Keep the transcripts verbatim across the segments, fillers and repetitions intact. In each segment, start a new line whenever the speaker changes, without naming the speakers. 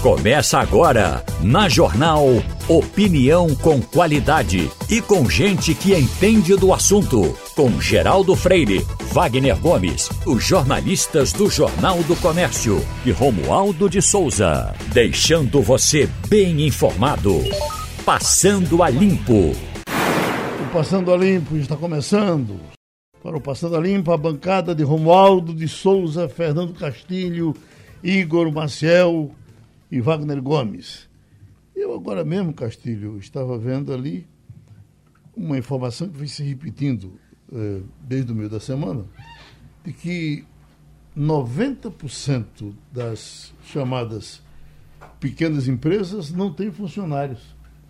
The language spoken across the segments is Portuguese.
Começa agora, na Jornal Opinião com qualidade e com gente que entende do assunto. Com Geraldo Freire, Wagner Gomes, os jornalistas do Jornal do Comércio e Romualdo de Souza. Deixando você bem informado. Passando a Limpo.
O Passando a Limpo está começando. Para o Passando a Limpo, a bancada de Romualdo de Souza, Fernando Castilho, Igor Maciel e Wagner Gomes. Eu agora mesmo, Castilho, estava vendo ali uma informação que vem se repetindo eh, desde o meio da semana, de que noventa por cento das chamadas pequenas empresas não têm funcionários.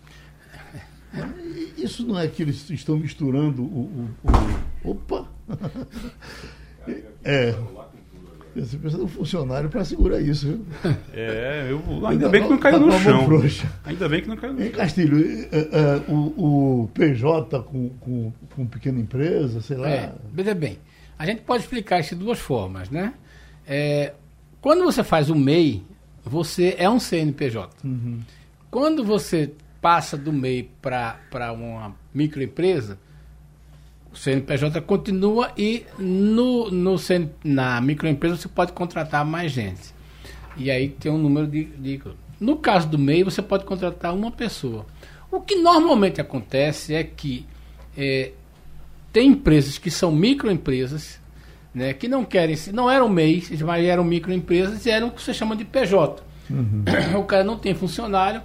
Isso não é que eles estão misturando o... o, o opa! É... Você precisa de um funcionário para segurar isso, viu?
É, eu, ainda, ainda bem que não caiu no chão.
Frouxa.
Ainda bem que não caiu no
em
chão.
Castilho, é, é, o, o P J com, com, com pequena empresa, sei lá...
É, veja bem, a gente pode explicar isso de duas formas, né? É, quando você faz o M E I, você é um C N P J. Uhum. Quando você passa do M E I para uma microempresa, o C N P J continua e no, no, na microempresa você pode contratar mais gente. E aí tem um número de, de... No caso do M E I, você pode contratar uma pessoa. O que normalmente acontece é que é, tem empresas que são microempresas, né, que não querem... Não eram M E Is, mas eram microempresas e eram o que você chama de P J. Uhum. O cara não tem funcionário,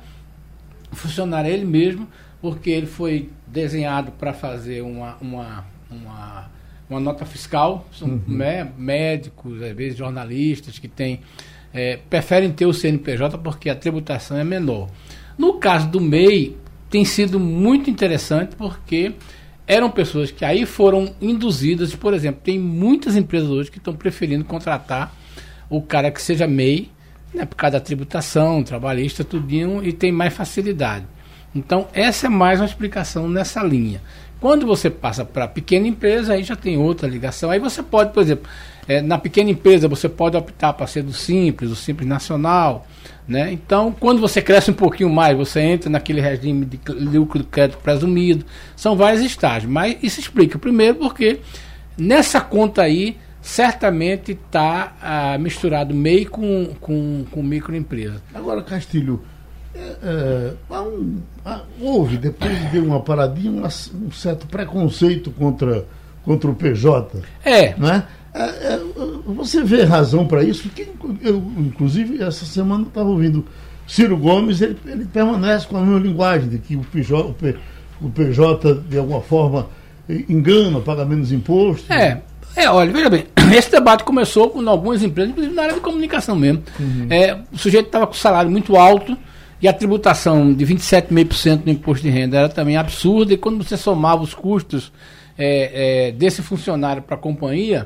o funcionário é ele mesmo, porque ele foi desenhado para fazer uma, uma, uma, uma nota fiscal. São uhum. né, médicos, às vezes jornalistas, que tem, é, preferem ter o C N P J porque a tributação é menor. No caso do M E I, tem sido muito interessante porque eram pessoas que aí foram induzidas. Por exemplo, tem muitas empresas hoje que estão preferindo contratar o cara que seja M E I, né, por causa da tributação, trabalhista, tudinho, e tem mais facilidade. Então, essa é mais uma explicação nessa linha. Quando você passa para pequena empresa, aí já tem outra ligação. Aí você pode, por exemplo, é, na pequena empresa, você pode optar para ser do Simples, do Simples Nacional, né? Então, quando você cresce um pouquinho mais, você entra naquele regime de lucro do crédito presumido. São vários estágios. Mas isso explica. Primeiro porque nessa conta aí, certamente está ah, misturado M E I com, com, com microempresa.
Agora, Castilho... É, é, há um, há, houve, depois de uma paradinha, uma, um certo preconceito contra, contra o P J.
É.
Né? É, é você vê razão para isso? Porque eu, inclusive, essa semana eu estava ouvindo Ciro Gomes, ele, ele permanece com a mesma linguagem de que o P J, o, P, o P J de alguma forma, engana, paga menos imposto.
É. É, olha, veja bem, esse debate começou com algumas empresas, inclusive na área de comunicação mesmo. Uhum. É, o sujeito estava com salário muito alto, e a tributação de vinte e sete vírgula cinco por cento no imposto de renda era também absurda, e quando você somava os custos é, é, desse funcionário para a companhia,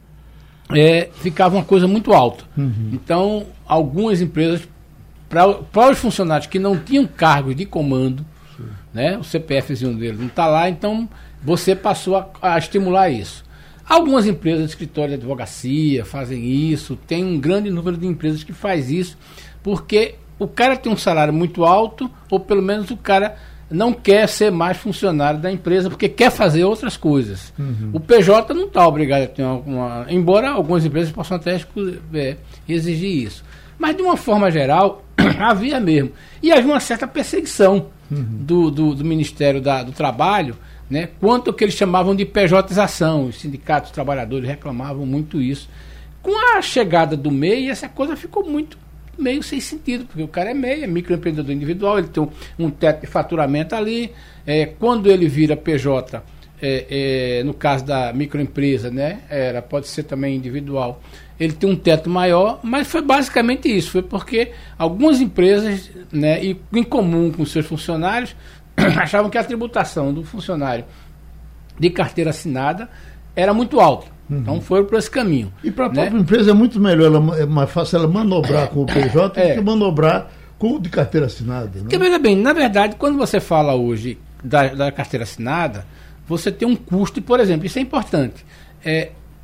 é, ficava uma coisa muito alta. Uhum. Então, algumas empresas, para os funcionários que não tinham cargos de comando, né, o CPFzinho dele não está lá, então você passou a, a estimular isso. Algumas empresas de escritório de advocacia fazem isso, tem um grande número de empresas que faz isso, porque o cara tem um salário muito alto, ou pelo menos o cara não quer ser mais funcionário da empresa, porque quer fazer outras coisas. Uhum. O P J não está obrigado a ter uma, uma... Embora algumas empresas possam até é, exigir isso. Mas, de uma forma geral, havia mesmo. E havia uma certa perseguição uhum. do, do, do Ministério da, do Trabalho, né, quanto ao que eles chamavam de pejotização. Os sindicatos trabalhadores reclamavam muito isso. Com a chegada do M E I, essa coisa ficou muito meio sem sentido, porque o cara é M E I, é microempreendedor individual, ele tem um, um teto de faturamento ali, é, quando ele vira P J, é, é, no caso da microempresa, né, era, pode ser também individual, ele tem um teto maior, mas foi basicamente isso, foi porque algumas empresas, né, e em comum com seus funcionários, achavam que a tributação do funcionário de carteira assinada era muito alta. Uhum. Então foram por esse caminho.
E para a própria né? empresa é muito melhor, ela, é mais fácil ela manobrar com o P J é. do que manobrar com o de carteira assinada. Né?
Porque, veja bem, na verdade, quando você fala hoje da, da carteira assinada, você tem um custo, e, por exemplo, isso é importante. É,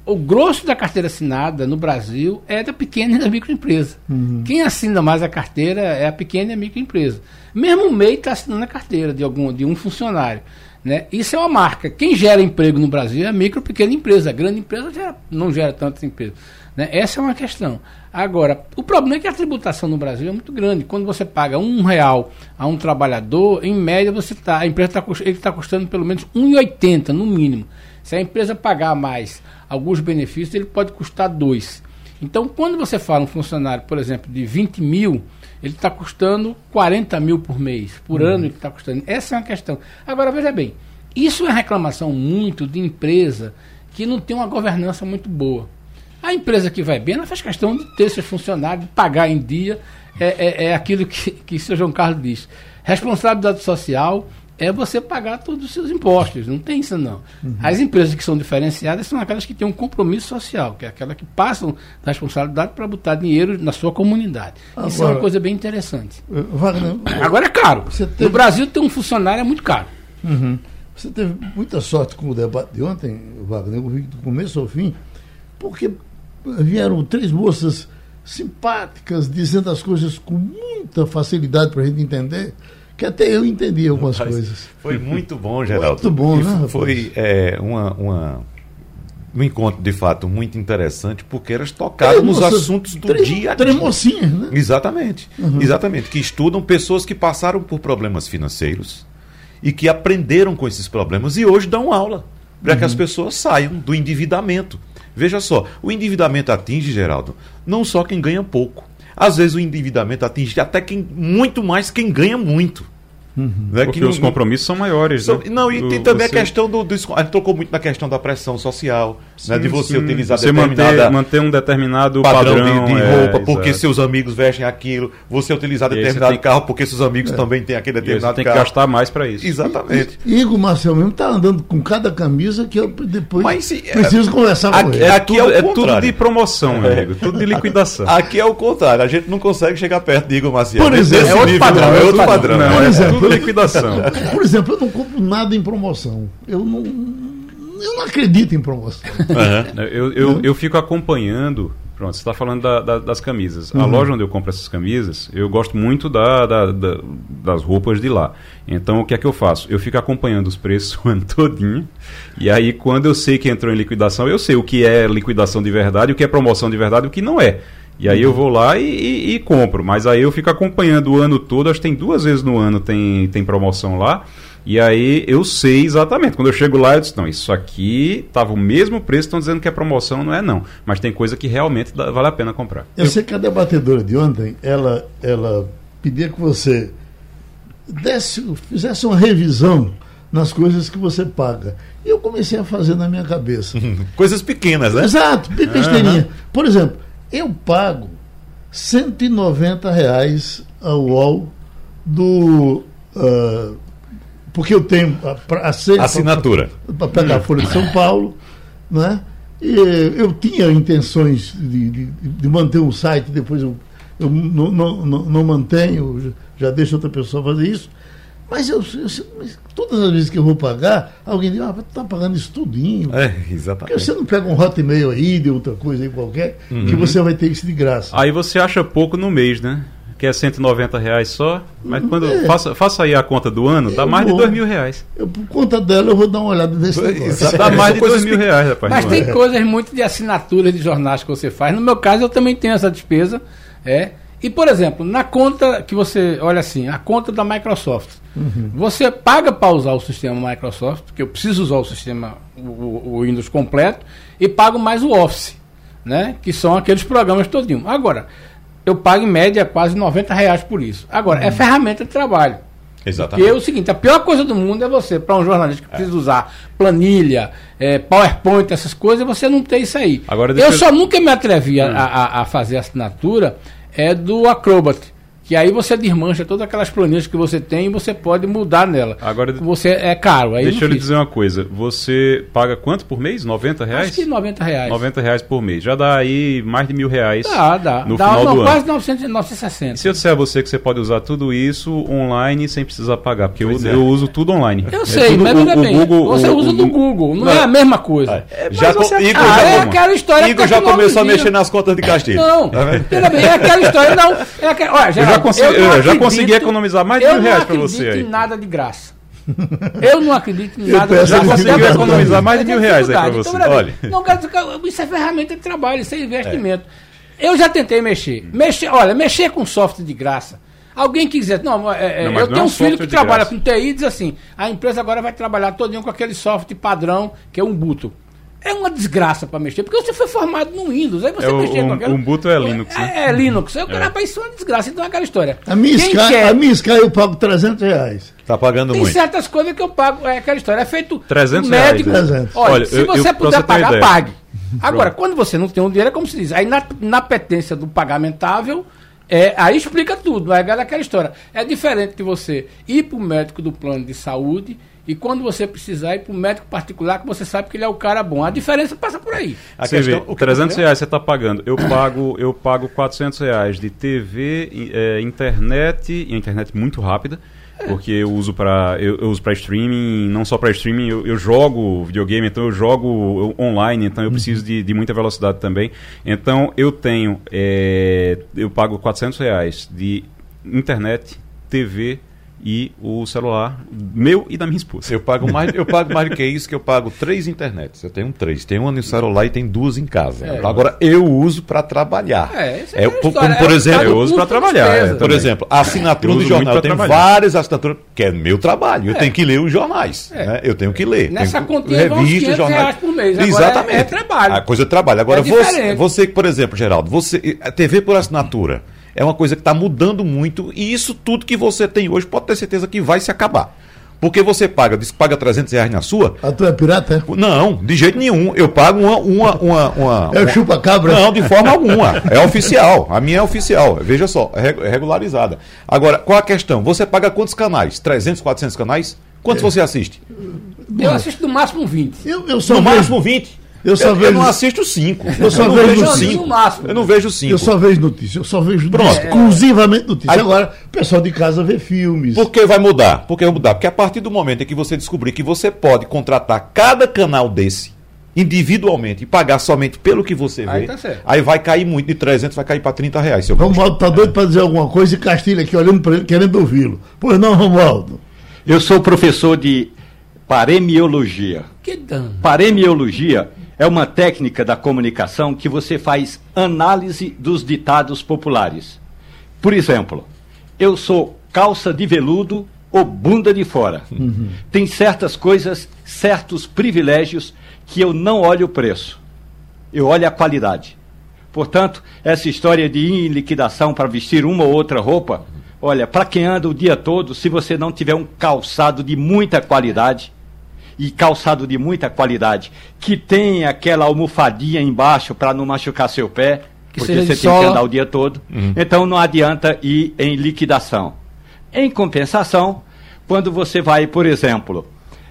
o grosso da carteira assinada no Brasil é da pequena e da microempresa. Uhum. Quem assina mais a carteira é a pequena e a microempresa. Mesmo o M E I está assinando a carteira de, algum, de um funcionário. Né? Isso é uma marca. Quem gera emprego no Brasil é a micro e pequena empresa. A grande empresa gera, não gera tantas empresas. Né? Essa é uma questão. Agora, o problema é que a tributação no Brasil é muito grande. Quando você paga um real a um trabalhador, em média você tá, a empresa tá, ele está custando pelo menos um real e oitenta centavos no mínimo. Se a empresa pagar mais alguns benefícios, ele pode custar dois. Então, quando você fala um funcionário, por exemplo, de vinte mil, ele está custando quarenta mil por mês, por uhum. ano ele está custando. Essa é uma questão. Agora, veja bem, isso é reclamação muito de empresa que não tem uma governança muito boa. A empresa que vai bem, ela faz questão de ter seus funcionários, de pagar em dia, é, é, é aquilo que, que o senhor João Carlos diz. Responsabilidade social é você pagar todos os seus impostos, não tem isso não. Uhum. As empresas que são diferenciadas são aquelas que têm um compromisso social, que é aquela que passam da responsabilidade para botar dinheiro na sua comunidade. Agora, isso é uma coisa bem interessante.
Wagner,
agora é caro. Teve... No Brasil ter um funcionário é muito caro.
Uhum. Você teve muita sorte com o debate de ontem, Wagner, eu vi do começo ao fim, porque vieram três moças simpáticas, dizendo as coisas com muita facilidade para a gente entender, que até eu entendi algumas Mas coisas.
Foi muito bom, Geraldo.
Muito bom, e né?
Foi é, uma, uma, um encontro, de fato, muito interessante, porque elas tocaram nos assuntos do três, dia a dia.
Três mocinhas, né?
Exatamente. Uhum. Exatamente. Que estudam pessoas que passaram por problemas financeiros e que aprenderam com esses problemas e hoje dão aula para uhum. que as pessoas saiam do endividamento. Veja só, o endividamento atinge, Geraldo, não só quem ganha pouco. Às vezes o endividamento atinge até quem, muito mais quem ganha muito.
Uhum. Né? Porque que os não, compromissos são maiores. São,
né? Não, e do, tem também você... a questão do, do... A gente tocou muito na questão da pressão social, sim, né? De você sim. utilizar
você
determinada...
Manter, manter um determinado
padrão,
padrão
de, de
é,
roupa, porque
exato.
seus amigos vestem aquilo. Você utilizar
e
determinado
tem...
carro, porque seus amigos é. também têm aquele determinado
tem
carro.
Tem que gastar mais para isso.
Exatamente.
E, Igor Marcel mesmo está andando com cada camisa que eu depois
Mas, se,
preciso
é,
conversar
aqui,
com ele.
É, é, tudo, é tudo de promoção, é. amigo. Tudo de liquidação.
Aqui é o contrário. A gente não consegue chegar perto de Igor Maciel.
Por exemplo,
é outro padrão. É outro padrão.
Não,
Por
é
exemplo,
tudo liquidação.
Por exemplo, eu não compro nada em promoção. Eu não, eu não acredito em promoção.
Uhum. Eu, eu, eu fico acompanhando. Pronto, você está falando da, da, das camisas. Uhum. A loja onde eu compro essas camisas, eu gosto muito da, da, da, das roupas de lá. Então, o que é que eu faço? Eu fico acompanhando os preços o ano todinho. E aí, quando eu sei que entrou em liquidação, eu sei o que é liquidação de verdade, o que é promoção de verdade e o que não é. E aí eu vou lá e, e, e compro. Mas aí eu fico acompanhando o ano todo. Acho que tem duas vezes no ano tem, tem promoção lá. E aí eu sei exatamente. Quando eu chego lá, eu disse, não, isso aqui estava o mesmo preço, estão dizendo que é promoção, não é não. Mas tem coisa que realmente dá, vale a pena comprar.
Eu, eu sei que a debatedora de ontem, ela, ela pedia que você desse, fizesse uma revisão nas coisas que você paga. E eu comecei a fazer na minha cabeça.
Coisas pequenas, né?
Exato, besteirinha. Uhum. Por exemplo, eu pago cento e noventa reais ao U O L do... Uh, porque eu tenho a, a ser,
assinatura
para pegar a Folha de São Paulo, né? E eu tinha intenções de, de, de manter um site, depois eu, eu não, não, não, não mantenho, já deixo outra pessoa fazer isso. Mas eu, eu, todas as vezes que eu vou pagar, alguém diz, ah, você está pagando isso tudinho.
É, exatamente.
Porque você não pega um Hotmail aí, de outra coisa aí qualquer, uhum. que você vai ter isso de graça.
Aí você acha pouco no mês, né? Que é cento e noventa reais só, mas quando é. faça, faça aí a conta do ano, dá eu mais vou, de dois mil reais.
Eu, por conta dela, eu vou dar uma olhada nesse negócio.
Dá mais de dois mil reais, rapaz.
Mas tem é. coisas muito de assinatura de jornais que você faz. No meu caso, eu também tenho essa despesa. É. E, por exemplo, na conta que você, olha assim, a conta da Microsoft. Uhum. Você paga para usar o sistema Microsoft, porque eu preciso usar o sistema, o, o Windows completo, e pago mais o Office, né? Que são aqueles programas todinhos. Agora, eu pago em média quase noventa reais por isso. Agora, hum. é ferramenta de trabalho.
Exatamente.
Porque é o seguinte, a pior coisa do mundo é você, para um jornalista que precisa é. usar planilha, é, PowerPoint, essas coisas, você não tem isso aí. Agora, eu, eu só nunca me atrevi hum. a, a, a fazer assinatura é do Acrobat, Que aí você desmancha todas aquelas planilhas que você tem e você pode mudar nela.
Agora,
você é caro. Aí
deixa eu lhe
fiz.
dizer uma coisa. Você paga quanto por mês? noventa reais?
Acho que noventa reais.
noventa reais por mês. Já dá aí mais de mil reais
dá, dá.
no
dá,
final
não,
do
quase
ano.
novecentos, novecentos e sessenta.
E se eu disser a você que você pode usar tudo isso online sem precisar pagar? Porque eu,
Pois é.
eu uso tudo online.
Eu
É
sei,
tudo-
mas
o-
veja
o
bem.
Google-
você
o-
usa
o-
do Google, não,
não.
é a mesma coisa.
É,
Mas
já
você-
co- Igor
ah,
já-
é aquela história
Igor
que
já começou a
tecnologia-
mexer nas contas de Castilho.
Não,
Tá vendo?
veja bem, é aquela história, não. É aquela, olha,
Eu já,
Geraldo,
consegui,
eu não
eu já
acredito-
consegui economizar mais de
eu
mil
não
reais pra você
acredito
aí.
em nada de graça. Eu não acredito em
Eu
nada
peço
de
Já
a
graça.
conseguiu
dificuldade.
economizar mais de mil reais aí pra
Então,
você.
veja bem,
Olha.
Não, quer dizer que isso é ferramenta de trabalho, isso é investimento. Eu já tentei mexer. mexer. Olha, mexer com software de graça. Alguém quiser. Não, é, é,
Não, mas
eu
não
tenho
é um
um filho
software
que
de
trabalha
graça.
com T I e diz assim: a empresa agora vai trabalhar todinho com aquele software padrão que é um Ubuntu. É uma desgraça para mexer, porque você foi formado no Windows, aí você
É, o-
mexer com
o-
aquela...
o Ubuntu é Linux, né?
É, é Linux. Eu, rapaz, isso é uma desgraça, então é aquela história.
A minha,
Quem
Sky,
quer-
a minha Sky eu pago trezentos reais.
Tá pagando
Tem
muito.
certas coisas que eu pago, é aquela história. É feito
trezentos
médico.
reais,
né?
Olha,
Olha,
se
eu-
você
eu- pra
puder
você ter uma
pagar,
ideia.
pague. Agora,
Pronto.
quando você não tem um dinheiro, é como se diz. Aí na, na petência do pagamentável, é, aí explica tudo. Aí é aquela história. É diferente de você ir para o médico do plano de saúde e quando você precisar ir para o médico particular, que você sabe que ele é o cara bom. A diferença passa por aí.
A
Você
questão-
vê,
o que-
trezentos reais você está pagando. Eu pago, eu pago quatrocentos reais de T V, i- é, internet, e a internet muito rápida, porque eu uso para eu, eu uso para streaming, não só para streaming, eu, eu jogo videogame, então eu jogo online, então eu preciso de, de muita velocidade também. Então eu tenho, é, eu pago quatrocentos reais de internet, T V e o celular meu e da minha esposa.
Eu pago mais, eu pago mais do que isso, que eu pago três internets. Eu tenho três. Tem uma no celular e tem duas em casa.
É.
Agora, eu uso para trabalhar.
É, isso é
É,
aquela
po-
história.
como, por
É o
exemplo,
cara
eu
do
uso pra
custo
trabalhar,
despesa.
é,
por
também.
exemplo, a assinatura
Eu
do
uso
jornal.
muito
Eu
pra
tenho
trabalhar.
várias assinaturas, que é meu trabalho. Eu
É.
tenho que ler os jornais.
É.
Né? Eu tenho que ler.
Nessa
tenho
continha vão uns quinhentos reais por mês. Agora
Exatamente.
é- é trabalho.
A coisa é trabalho. Agora,
É
você,
diferente.
você, por exemplo, Geraldo, você, a T V por assinatura é uma coisa que está mudando muito e isso tudo que você tem hoje pode ter certeza que vai se acabar. Porque você paga, diz que paga trezentos reais na sua.
A tua é pirata, é?
Não, de jeito nenhum. Eu pago uma. uma, uma, uma
É o
uma-
chupa-cabra?
Não, de forma alguma. É oficial. A minha é oficial. Veja só, é regu- é regularizada. Agora, qual a questão? Você paga quantos canais? trezentos, quatrocentos canais? Quantos você assiste?
Eu assisto no máximo vinte.
Eu, eu só
No
vejo,
máximo vinte.
eu só
eu,
vejo-
não assisto cinco.
Eu só
não
vejo
vejo
cinco.
cinco.
No máximo.
Eu não vejo cinco.
eu só vejo notícias, eu só vejo
Pronto.
notícias, exclusivamente notícias.
Aí-
Agora, o pessoal de casa vê filmes.
Por que vai mudar? Por que vai mudar? Porque a partir do momento em que você descobrir que você pode contratar cada canal desse individualmente e pagar somente pelo que você vê,
Aí tá certo.
aí vai cair muito, de trezentos vai cair para trinta reais, seu
Romualdo tá doido para dizer alguma coisa e Castilho aqui olhando para ele, querendo ouvi-lo. Pois não, Romualdo?
Eu sou professor de paremiologia.
Que dano.
Paremiologia é uma técnica da comunicação que você faz análise dos ditados populares. Por exemplo, eu sou calça de veludo ou bunda de fora. Tem certas coisas, certos privilégios que eu não olho o preço. Eu olho a qualidade. Portanto, essa história de ir em liquidação para vestir uma ou outra roupa, olha, para quem anda o dia todo, se você não tiver um calçado de muita qualidade, e calçado de muita qualidade, que tem aquela almofadinha embaixo para não machucar seu pé,
Que
porque
seja
você
de
tem que
sola.
andar o dia todo, então não adianta ir em liquidação. Em compensação, quando você vai, por exemplo,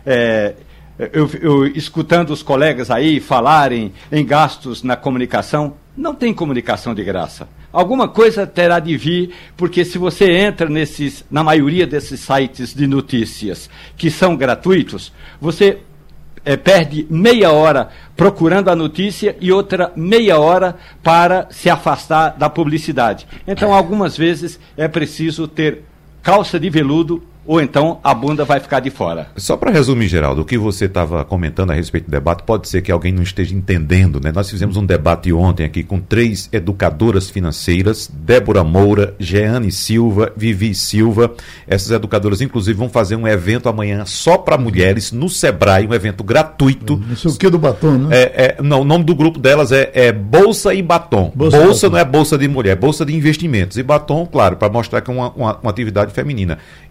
é, eu, eu escutando os colegas aí falarem em gastos na comunicação, não tem comunicação de graça. Alguma coisa terá de vir, porque se você entra nesses, na maioria desses sites de notícias que são gratuitos, você é, perde meia hora procurando a notícia e outra meia hora para se afastar da publicidade. Então, algumas vezes é preciso ter calça de veludo ou então a bunda vai ficar de fora.
Só para resumir, Geraldo, o que você estava comentando a respeito do debate, pode ser que alguém não esteja entendendo, né? Nós fizemos um debate ontem aqui com três educadoras financeiras, Débora Moura, Jeane Silva, Vivi Silva. Essas educadoras, inclusive, vão fazer um evento amanhã só para mulheres, no Sebrae, um evento gratuito.
Não sei o que do batom, né?
É, é, não, o nome do grupo delas é, é Bolsa e Batom.
Bolsa
Bolsa,
e Batom.
não é bolsa de mulher, é bolsa de investimentos. E batom, claro, para mostrar que é uma, uma, uma atividade feminina. E o título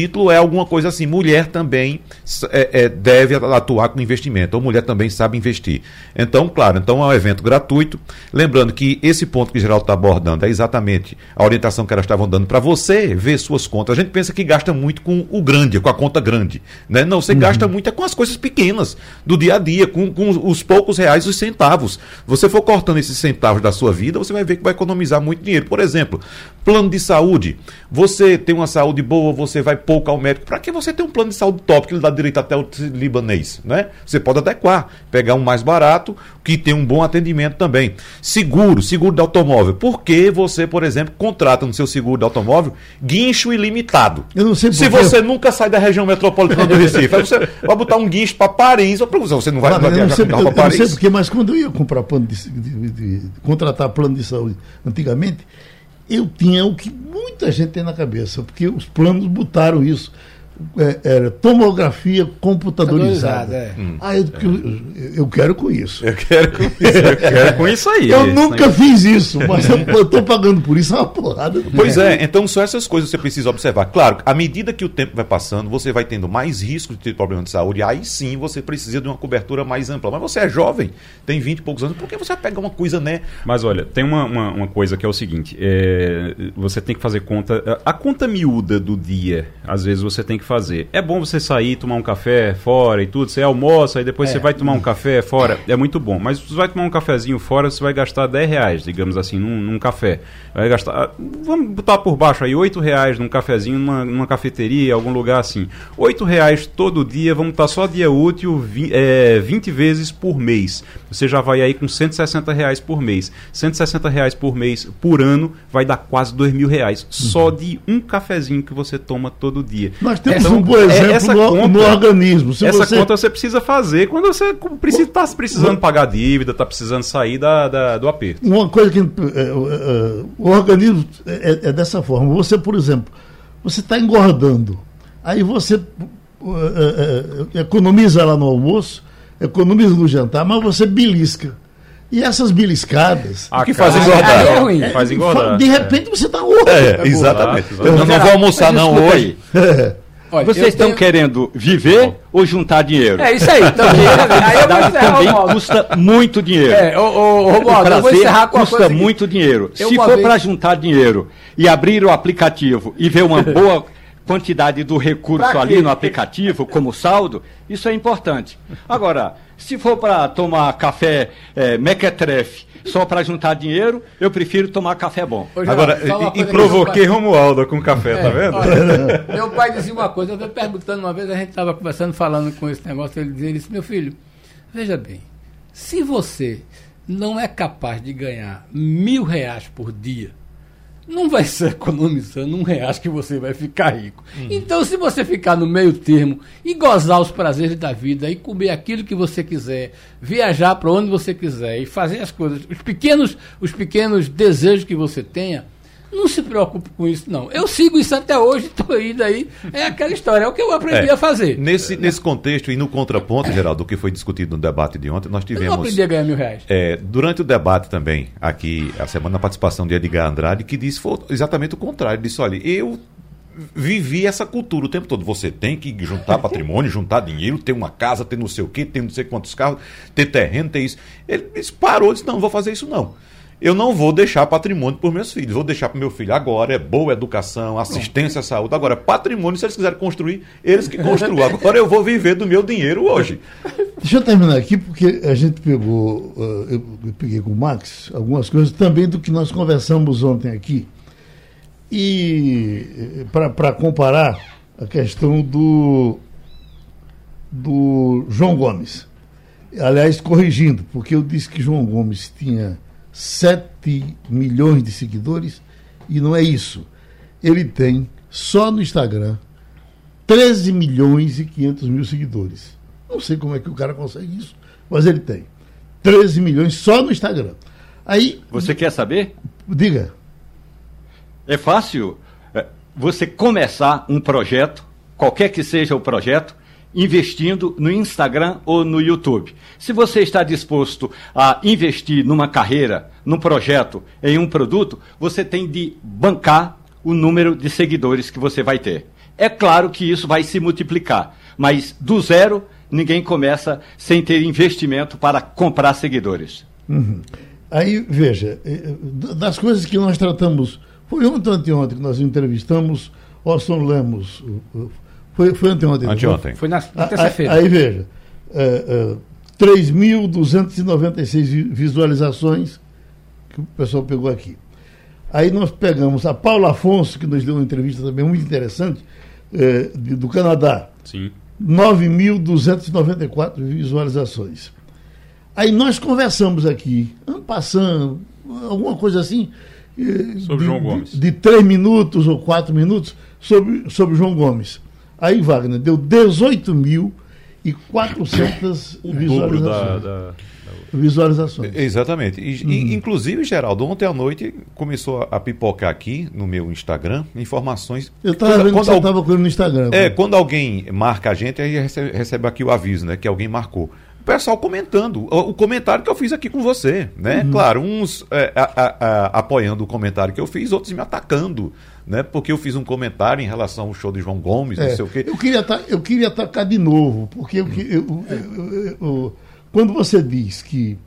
título é alguma coisa assim, mulher também é, é, deve atuar com investimento, ou mulher também sabe investir. Então, claro, então é um evento gratuito. Lembrando que esse ponto que o Geraldo está abordando é exatamente a orientação que elas estavam dando para você ver suas contas. A gente pensa que gasta muito com o grande, com a conta grande, né? Não, você uhum. gasta muito é com as coisas pequenas do dia a dia, com, com os poucos reais, os centavos. Você for cortando esses centavos da sua vida, você vai ver que vai economizar muito dinheiro. Por exemplo, plano de saúde. Você tem uma saúde boa, você vai pouco ao médico. Para que você ter um plano de saúde top que lhe dá direito até o libanês, né? Você pode adequar, pegar um mais barato, que tem um bom atendimento também. Seguro, seguro de automóvel. Por que você, por exemplo, contrata no seu seguro de automóvel guincho ilimitado?
Eu não sei
Se
porque...
você nunca sai da região metropolitana do Recife, aí você vai botar um guincho para Paris, ou para você não vai,
Não,
vai
eu não sei,
viajar com
eu,
carro para
eu não sei
Paris.
porque, mas quando eu ia comprar plano de, de, de, de, de contratar plano de saúde antigamente, eu tinha o que muita gente tem na cabeça, porque os planos botaram isso. É, era tomografia computadorizada.
É.
Hum. Ah, eu, eu, eu quero com isso.
Eu quero com isso.
Eu quero com isso aí.
Eu
isso
nunca
aí.
fiz isso, mas eu estou pagando por isso, é uma porrada.
Pois é, então só essas coisas você precisa observar. Claro, à medida que o tempo vai passando, você vai tendo mais risco de ter problema de saúde, aí sim você precisa de uma cobertura mais ampla. Mas você é jovem, tem vinte e poucos anos, por que você vai pegar uma coisa, né?
Mas olha, tem uma, uma, uma coisa que é o seguinte, é, você tem que fazer conta, a conta miúda do dia, às vezes você tem que fazer. É bom você sair, tomar um café fora e tudo, você almoça e depois é. você vai tomar um café fora, é muito bom. Mas você vai tomar um cafezinho fora, você vai gastar dez reais, digamos assim, num, num café. Vai gastar, vamos botar por baixo aí, oito reais num cafezinho, numa, numa cafeteria, algum lugar assim. oito reais todo dia, vamos estar só dia útil, vinte, é, vinte vezes por mês. Você já vai aí com cento e sessenta reais por mês. cento e sessenta reais por mês, por ano, vai dar quase dois mil reais. Uhum. Só de um cafezinho que você toma todo dia.
Nós temos
então,
um bom exemplo
essa
no,
conta,
no organismo. Se
essa
você...
conta você precisa fazer quando você está precisando pagar dívida, está precisando sair da, da, do aperto.
Uma coisa que... É, é, o organismo é, é dessa forma. Você, por exemplo, você está engordando. Aí você é, é, economiza lá no almoço, economiza no jantar, mas você belisca. E essas beliscadas...
O que faz engordar?
É ruim.
É,
Faz engordar.
De repente você está gordo.
É, exatamente.
Exato,
Eu não vou almoçar não hoje.
Olha,
Vocês estão tenho... querendo viver ou juntar dinheiro?
É isso aí. Então, aí eu vou encerrar,
também
Romualdo.
custa muito dinheiro.
É, ô, ô, Romualdo, eu vou encerrar com a
custa
coisa
muito
seguinte.
dinheiro.
Eu
Se for
vez...
para juntar dinheiro e abrir o aplicativo e ver uma boa quantidade do recurso ali no aplicativo como saldo, isso é importante. Agora, se for para tomar café é, mequetrefe só para juntar dinheiro, eu prefiro tomar café bom.
Ô,
Agora, e, e provoquei pai... Romualdo com café, é, tá vendo?
Olha, meu pai dizia uma coisa, eu estava perguntando uma vez, a gente estava conversando, falando com esse negócio, ele dizia, ele disse, meu filho, veja bem, se você não é capaz de ganhar mil reais por dia, não vai ser economizando um real que você vai ficar rico. Uhum. Então, se você ficar no meio termo e gozar os prazeres da vida e comer aquilo que você quiser, viajar para onde você quiser e fazer as coisas, os pequenos, os pequenos desejos que você tenha, não se preocupe com isso, não. Eu sigo isso até hoje, estou indo aí. É aquela história, é o que eu aprendi
é,
a fazer.
Nesse, nesse contexto e no contraponto, Geraldo, do que foi discutido no debate de ontem, nós tivemos... Eu
não aprendi a ganhar mil reais.
É, durante o debate também, aqui, a semana, a participação de Edgar Andrade, que disse foi exatamente o contrário. Disse, olha, eu vivi essa cultura o tempo todo. Você tem que juntar patrimônio, juntar dinheiro, ter uma casa, ter não sei o quê, ter não sei quantos carros, ter terreno, ter isso. Ele disse, parou, disse, não, não vou fazer isso não. Eu não vou deixar patrimônio para os meus filhos. Vou deixar para o meu filho agora, é boa educação, assistência à saúde. Agora, patrimônio, se eles quiserem construir, eles que construam. Agora eu vou viver do meu dinheiro hoje.
Deixa eu terminar aqui, porque a gente pegou, uh, eu peguei com o Max, algumas coisas também do que nós conversamos ontem aqui. E para comparar a questão do, do João Gomes. Aliás, corrigindo, porque eu disse que João Gomes tinha sete milhões de seguidores, e não é isso. Ele tem, só no Instagram, treze milhões e quinhentos mil seguidores. Não sei como é que o cara consegue isso, mas ele tem. treze milhões só no Instagram. Aí,
você quer saber?
Diga.
É fácil você começar um projeto, qualquer que seja o projeto, investindo no Instagram ou no YouTube. Se você está disposto a investir numa carreira, num projeto, em um produto, você tem de bancar o número de seguidores que você vai ter. É claro que isso vai se multiplicar, mas do zero ninguém começa sem ter investimento para comprar seguidores.
Uhum. Aí, veja, das coisas que nós tratamos, foi ontem ou anteontem que nós entrevistamos Orson Lemos, foi, foi anteontem.
Anteontem.
Foi na, na terça-feira.
Aí, veja, é, é, três mil duzentas e noventa e seis visualizações que o pessoal pegou aqui. Aí nós pegamos a Paula Afonso, que nos deu uma entrevista também muito interessante, é, de, do Canadá.
Sim.
nove mil duzentas e noventa e quatro visualizações. Aí nós conversamos aqui, passando, alguma coisa assim.
Sobre
de,
João Gomes.
De, de três minutos ou quatro minutos sobre, sobre João Gomes. Aí, Wagner, deu dezoito mil e quatrocentas visualizações.
Da, da, da...
Visualizações.
Exatamente. E, uhum. e, inclusive, Geraldo, ontem à noite começou a, a pipocar aqui no meu Instagram informações.
Eu estava vendo que você estava com ele no Instagram.
É, quando alguém marca a gente, aí recebe, recebe aqui o aviso, né? Que alguém marcou. O pessoal comentando, o, o comentário que eu fiz aqui com você, né? Uhum. Claro, uns é, a, a, a, apoiando o comentário que eu fiz, outros me atacando, né? Porque eu fiz um comentário em relação ao show de João Gomes,
é,
não sei o quê.
Eu queria, eu queria atacar de novo, porque eu, eu, eu, eu, eu, quando você diz que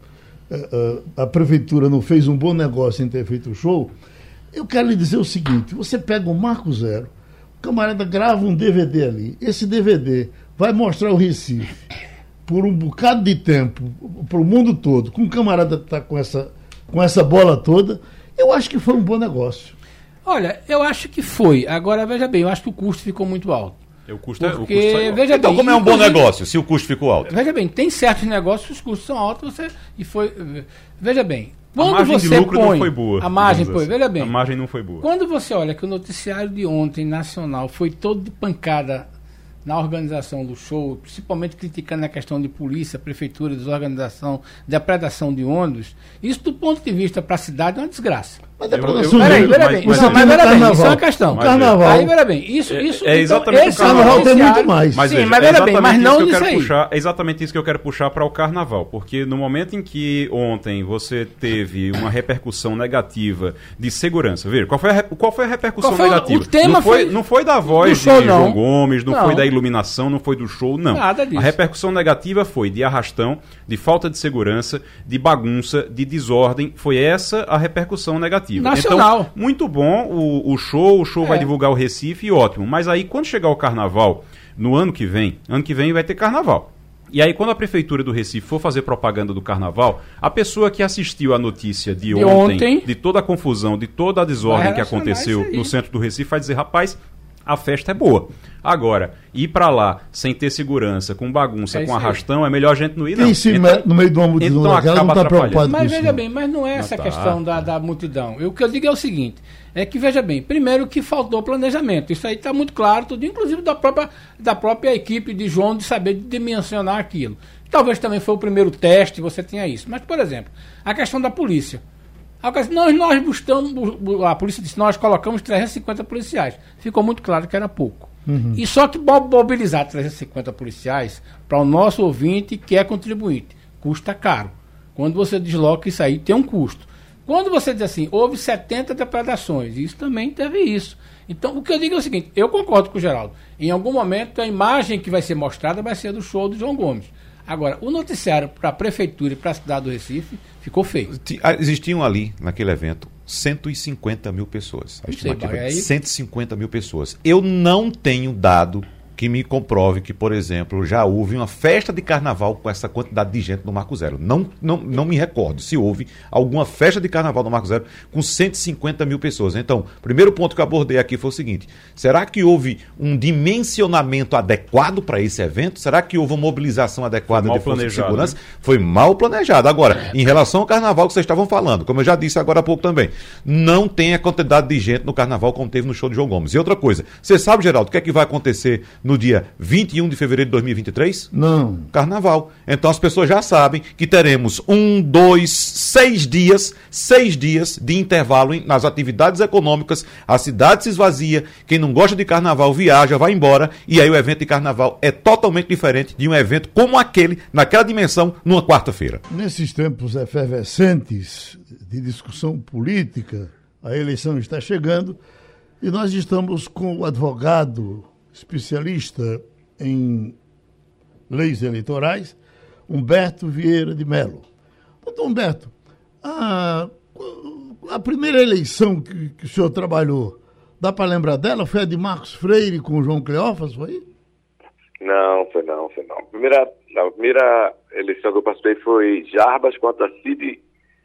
uh, a prefeitura não fez um bom negócio em ter feito o show, eu quero lhe dizer o seguinte: você pega o Marco Zero, o camarada grava um D V D ali, esse D V D vai mostrar o Recife por um bocado de tempo, para o mundo todo, com o camarada tá com essa, com essa bola toda, eu acho que foi um bom negócio.
Olha, eu acho que foi. Agora, veja bem, eu acho que o custo ficou muito alto.
O custo é,
Porque,
o custo é
veja
então,
bem,
como é um bom negócio, se o custo ficou alto?
Veja bem, tem certos negócios que os custos são altos, você, e foi... Veja bem, quando
a margem
você
de lucro
põe...
não foi boa.
A margem
assim.
foi, veja bem.
A margem não foi boa.
Quando você olha que o noticiário de ontem, nacional, foi todo de pancada na organização do show, principalmente criticando a questão de polícia, prefeitura, desorganização, depredação de ônibus, isso do ponto de vista para a cidade é uma desgraça.
Mas é
eu,
pra
eu,
Peraí, peraí bem,
mas,
não, mas pera bem, isso é uma questão.
O carnaval.
Aí, pera bem, isso, isso,
é, é exatamente
então,
o carnaval.
carnaval tem muito mais.
Mas,
sim,
veja,
mas
é
pera bem, mas não
que eu
nisso
quero
aí.
Puxar, é exatamente isso que eu quero puxar para o carnaval, porque no momento em que ontem você teve uma repercussão negativa de segurança, veja, qual foi a, qual foi a repercussão
foi,
negativa?
O tema
não foi,
foi,
não foi da voz de
show,
João
não.
Gomes, não,
não
foi da iluminação, não foi do show, não.
Nada disso.
A repercussão negativa foi de arrastão, de falta de segurança, de bagunça, de desordem, foi essa a repercussão negativa.
Nacional.
Então, muito bom o, o show, o show é. vai divulgar o Recife, e ótimo. Mas aí, quando chegar o carnaval, no ano que vem, ano que vem vai ter carnaval. E aí, quando a prefeitura do Recife for fazer propaganda do carnaval, a pessoa que assistiu a notícia de, de ontem, ontem, de toda a confusão, de toda a desordem que aconteceu no centro do Recife, vai dizer, rapaz, a festa é boa. Agora, ir pra lá sem ter segurança, com bagunça, é com arrastão, é melhor a gente não ir, não.
Quem se então, no meio de uma multidão
então
daquela não está preocupado
mas
com isso.
Mas veja bem, mas não é essa
não
questão
tá.
da, da multidão. O que eu digo é o seguinte, é que, veja bem, primeiro que faltou planejamento. Isso aí está muito claro, tudo, inclusive da própria, da própria equipe de João, de saber dimensionar aquilo. Talvez também foi o primeiro teste, você tenha isso. Mas, por exemplo, a questão da polícia. Nós, nós buscamos, a polícia disse, nós colocamos trezentos e cinquenta policiais. Ficou muito claro que era pouco. Uhum. E só que mobilizar trezentos e cinquenta policiais para o nosso ouvinte que é contribuinte custa caro. Quando você desloca isso aí, tem um custo. Quando você diz assim, houve setenta depredações, isso também teve isso. Então, o que eu digo é o seguinte, eu concordo com o Geraldo. Em algum momento, a imagem que vai ser mostrada vai ser do show do João Gomes. Agora, o noticiário para a prefeitura e para a cidade do Recife ficou feio.
Existiam ali, naquele evento, cento e cinquenta mil pessoas. A estimativa é cento e cinquenta mil pessoas. Eu não tenho dado que me comprove que, por exemplo, já houve uma festa de carnaval com essa quantidade de gente no Marco Zero. Não, não, não me recordo se houve alguma festa de carnaval no Marco Zero com cento e cinquenta mil pessoas. Então, o primeiro ponto que eu abordei aqui foi o seguinte: será que houve um dimensionamento adequado para esse evento? Será que houve uma mobilização adequada de força de segurança? Né? Foi mal planejado. Agora, em relação ao carnaval que vocês estavam falando, como eu já disse agora há pouco também, não tem a quantidade de gente no carnaval como teve no show de João Gomes. E outra coisa, você sabe, Geraldo, o que é que vai acontecer no dia vinte e um de fevereiro de dois mil e vinte e três?
Não.
Carnaval. Então as pessoas já sabem que teremos um, dois, seis dias, seis dias de intervalo em, nas atividades econômicas, a cidade se esvazia, quem não gosta de carnaval viaja, vai embora, e aí o evento de carnaval é totalmente diferente de um evento como aquele, naquela dimensão, numa quarta-feira.
Nesses tempos efervescentes de discussão política, a eleição está chegando, e nós estamos com o advogado especialista em leis eleitorais, Humberto Vieira de Mello. Doutor Humberto, a, a primeira eleição que, que o senhor trabalhou, dá para lembrar dela? Foi a de Marcos Freire com o João Cleófas, foi?
Não, foi não, foi não. A primeira, a primeira eleição que eu participei foi Jarbas contra Cid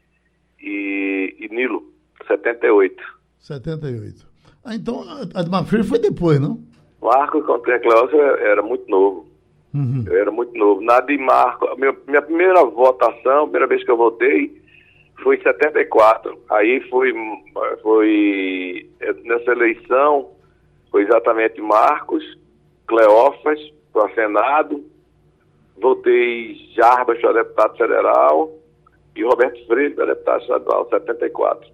e, e Nilo, setenta e oito.
setenta e oito. Ah, então a de Marcos Freire foi depois, não?
Marcos contra Cleófas era muito novo. Uhum. Eu era muito novo. Na de Marcos, minha, minha primeira votação, a primeira vez que eu votei, foi em setenta e quatro. Aí foi, foi nessa eleição, foi exatamente Marcos, Cleófas para Senado, votei Jarbas para deputado federal e Roberto Freire para deputado estadual, setenta e quatro.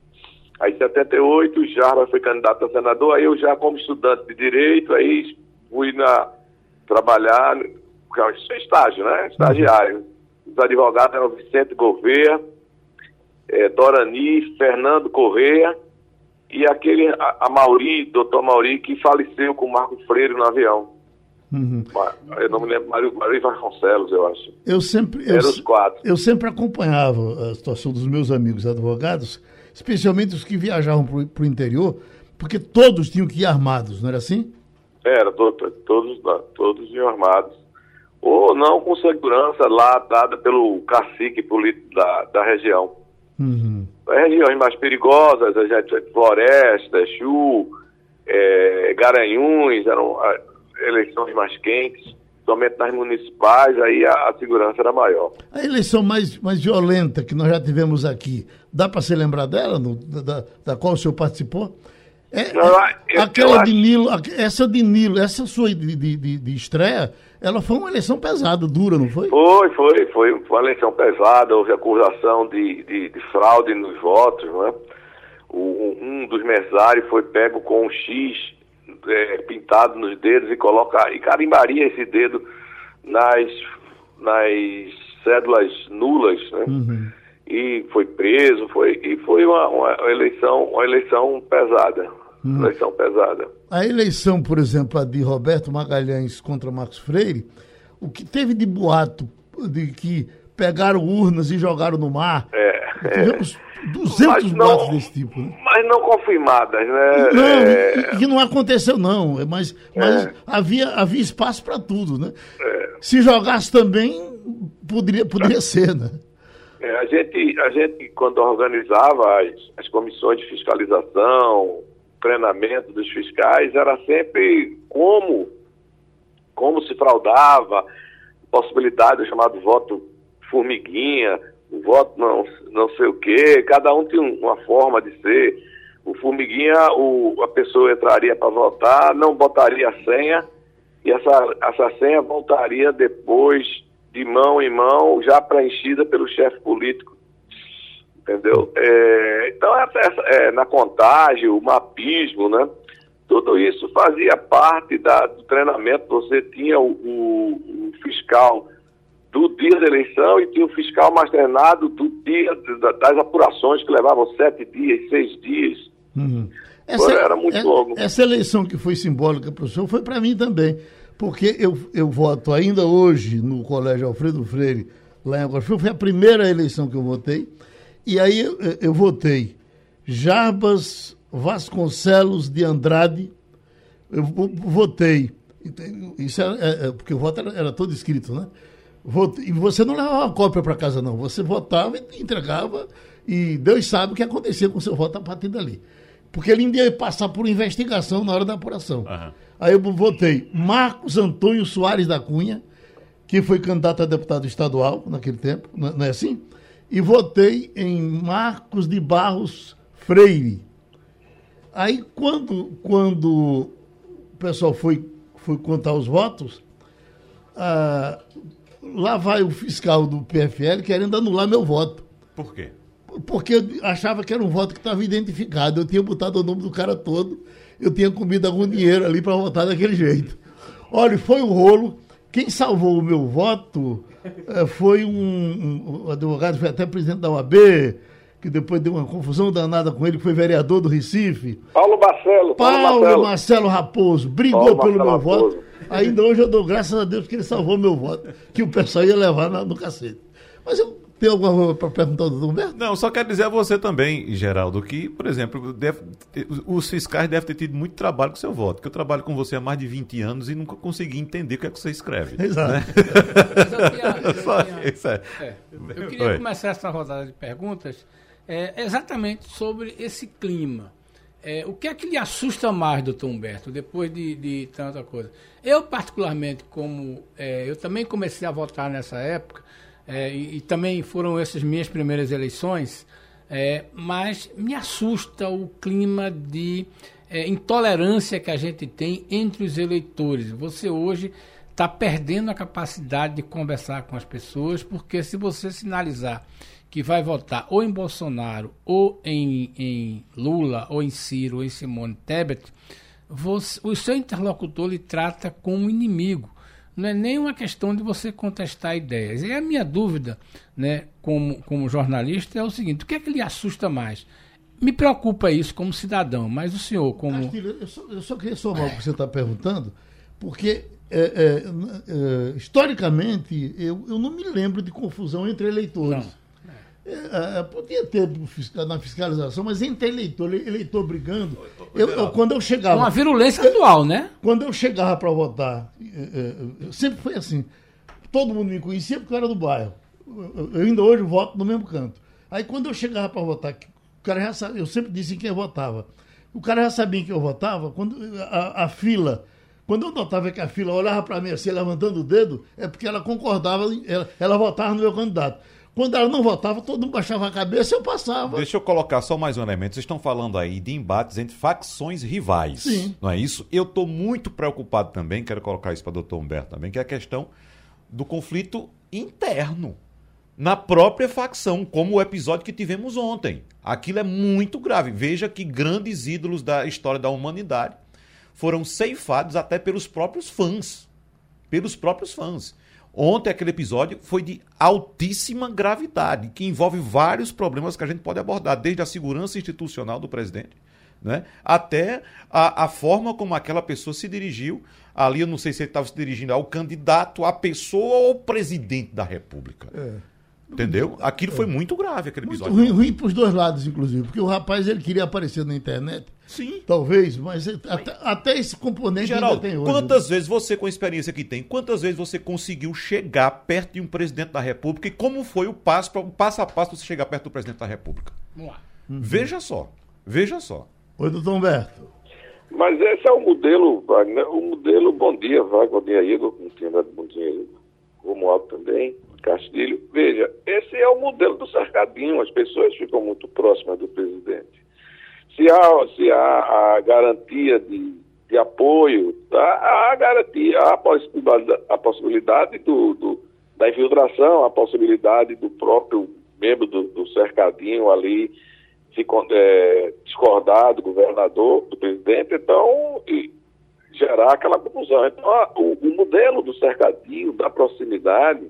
Aí em setenta e oito, Jarbas foi candidato a senador, aí eu já como estudante de Direito, aí fui na, trabalhar, estágio, né? Estagiário. Os advogados eram Vicente Gouveia, É, Dorani, Fernando Correia e aquele, a, a Mauri, doutor Mauri, que faleceu com o Marco Freire no avião. Uhum. Eu não me lembro, Mário, Mário Vasconcelos, eu acho.
Eu sempre, eu, Eram os quatro. Eu sempre acompanhava a situação dos meus amigos advogados, especialmente os que viajavam para o interior, porque todos tinham que ir armados, não era assim?
Era, to, to, todos, todos iam armados. Ou não com segurança lá dada pelo cacique político da, da região. Uhum. As regiões mais perigosas, a gente, Floresta, Chu, é, Garanhuns, eram a, eleições mais quentes, somente nas municipais, aí a, a segurança era maior.
A eleição mais, mais violenta que nós já tivemos aqui, dá para se lembrar dela, no, da, da qual o senhor participou? É, Não, eu, aquela eu de acho... Nilo, essa de Nilo, essa sua de, de, de, de estreia, ela foi uma eleição pesada, dura, não foi?
Foi, foi, foi uma eleição pesada, houve acusação de, de, de fraude nos votos, né? O, um dos mesários foi pego com um X é, pintado nos dedos e coloca, e carimbaria esse dedo nas, nas cédulas nulas, né? Uhum. E foi preso, foi, e foi uma, uma eleição, uma eleição pesada. Hum. Eleição pesada.
A eleição, por exemplo, a de Roberto Magalhães contra Marcos Freire, o que teve de boato de que pegaram urnas e jogaram no mar,
é,
tivemos é. duzentos não, boatos desse tipo. Né?
Mas não confirmadas, né?
Não, é... e, e que não aconteceu não, mas, mas é. havia, havia espaço para tudo, né? É. Se jogasse também, poderia, poderia ser, né?
É, a, gente, a gente, quando organizava as, as comissões de fiscalização, treinamento dos fiscais, era sempre como, como se fraudava, possibilidade do chamado voto formiguinha, o voto não, não sei o quê, cada um tinha uma forma de ser. O formiguinha, o, a pessoa entraria para votar, não botaria a senha, e essa, essa senha voltaria depois de mão em mão, já preenchida pelo chefe político, entendeu? É, então, essa, é, na contagem, o mapismo, né? Tudo isso fazia parte da, do treinamento. Você tinha o, o, o fiscal do dia da eleição e tinha o fiscal mais treinado do dia das apurações, que levavam sete dias, seis dias.
Uhum. Essa,
era muito
é,
longo.
Essa eleição que foi simbólica para o senhor foi para mim também. Porque eu, eu voto ainda hoje no Colégio Alfredo Freire, lá em Águas Frias, foi a primeira eleição que eu votei, e aí eu, eu votei Jarbas Vasconcelos de Andrade, eu votei, isso era, é, porque o voto era, era todo escrito, né? Votei, e você não levava uma cópia para casa, não, você votava e entregava, e Deus sabe o que acontecia com o seu voto a partir dali. Porque ele ainda ia passar por investigação na hora da apuração. Uhum. Aí eu votei Marcos Antônio Soares da Cunha, que foi candidato a deputado estadual naquele tempo, não é assim? E votei em Marcos de Barros Freire. Aí quando, quando o pessoal foi, foi contar os votos, ah, lá vai o fiscal do P F L querendo anular meu voto.
Por quê?
Porque eu achava que era um voto que estava identificado. Eu tinha botado o nome do cara todo, eu tinha comido algum dinheiro ali para votar daquele jeito. Olha, foi um rolo. Quem salvou o meu voto eh, foi um, um advogado, foi até presidente da O A B, que depois deu uma confusão danada com ele, que foi vereador do Recife.
Paulo Marcelo.
Paulo, Paulo Marcelo. Marcelo Raposo, brigou Paulo pelo Marcelo meu Raposo. voto. Ainda hoje eu dou graças a Deus que ele salvou meu voto, que o pessoal ia levar no cacete. Mas eu tenho alguma coisa para perguntar ao doutor Humberto?
Não, só quero dizer a você também, Geraldo, que, por exemplo, deve, os fiscais devem ter tido muito trabalho com o seu voto, porque eu trabalho com você há mais de vinte anos e nunca consegui entender o que é que você escreve.
Exato.
Né?
Eu queria começar essa rodada de perguntas é, exatamente sobre esse clima. É, o que é que lhe assusta mais, doutor Humberto, depois de, de tanta coisa? Eu, particularmente, como é, eu também comecei a votar nessa época, é, e, e também foram essas minhas primeiras eleições, é, mas me assusta o clima de é, intolerância que a gente tem entre os eleitores. Você hoje está perdendo a capacidade de conversar com as pessoas, porque se você sinalizar que vai votar ou em Bolsonaro, ou em, em Lula, ou em Ciro, ou em Simone Tebet, você, o seu interlocutor lhe trata como um inimigo. Não é nem uma questão de você contestar ideias. E a minha dúvida, né, como, como jornalista, é o seguinte: o que é que lhe assusta mais? Me preocupa isso como cidadão, mas o senhor como...
Castilho, eu, só, eu só queria somar o que você está perguntando, porque é, é, é, historicamente eu, eu não me lembro de confusão entre eleitores. Não. É, podia ter na fiscalização, mas entre eleitor, eleitor brigando. Eu, eu, quando eu chegava.
Uma virulência eu, atual, né?
Quando eu chegava para votar, eu, sempre foi assim. Todo mundo me conhecia porque eu era do bairro. Eu, eu ainda hoje voto no mesmo canto. Aí quando eu chegava para votar, o cara já sabia, eu sempre disse em quem eu votava. O cara já sabia em quem eu votava, quando a, a fila. Quando eu notava que a fila olhava para mim assim, levantando o dedo, é porque ela concordava, ela, ela votava no meu candidato. Quando ela não votava, todo mundo baixava a cabeça e eu passava.
Deixa eu colocar só mais um elemento. Vocês estão falando aí de embates entre facções rivais.
Sim.
Não é isso? Eu estou muito preocupado também, quero colocar isso para o doutor Humberto também, que é a questão do conflito interno na própria facção, como o episódio que tivemos ontem. Aquilo é muito grave. Veja que grandes ídolos da história da humanidade foram ceifados até pelos próprios fãs. Pelos próprios fãs. Ontem aquele episódio foi de altíssima gravidade, que envolve vários problemas que a gente pode abordar, desde a segurança institucional do presidente, né, até a, a forma como aquela pessoa se dirigiu ali. Eu não sei se ele estava se dirigindo ao candidato, à pessoa ou ao presidente da República. É. Entendeu? Aquilo foi muito grave, aquele episódio.
Muito ruim, ruim para os dois lados, inclusive, porque o rapaz ele queria aparecer na internet.
Sim.
Talvez, mas até, até esse componente
Geraldo,
ainda tem hoje.
Quantas vezes você, com a experiência que tem, quantas vezes você conseguiu chegar perto de um presidente da República e como foi o passo, o passo a passo para você chegar perto do presidente da República?
Vamos lá.
Uhum. Veja só, veja só.
Oi, doutor Humberto.
Mas esse é o modelo, Wagner, o modelo, bom dia, Wagner, bom dia, Igor, bom dia, Igor, Romualdo também, Castilho. Veja, esse é o modelo do cercadinho, as pessoas ficam muito próximas do presidente. Se há, se há a garantia de, de apoio, tá? há a garantia, há a possibilidade, a possibilidade do, do, da infiltração, a possibilidade do próprio membro do, do cercadinho ali se, é, discordar do governador, do presidente, então e gerar aquela confusão. Então, a, o, o modelo do cercadinho, da proximidade,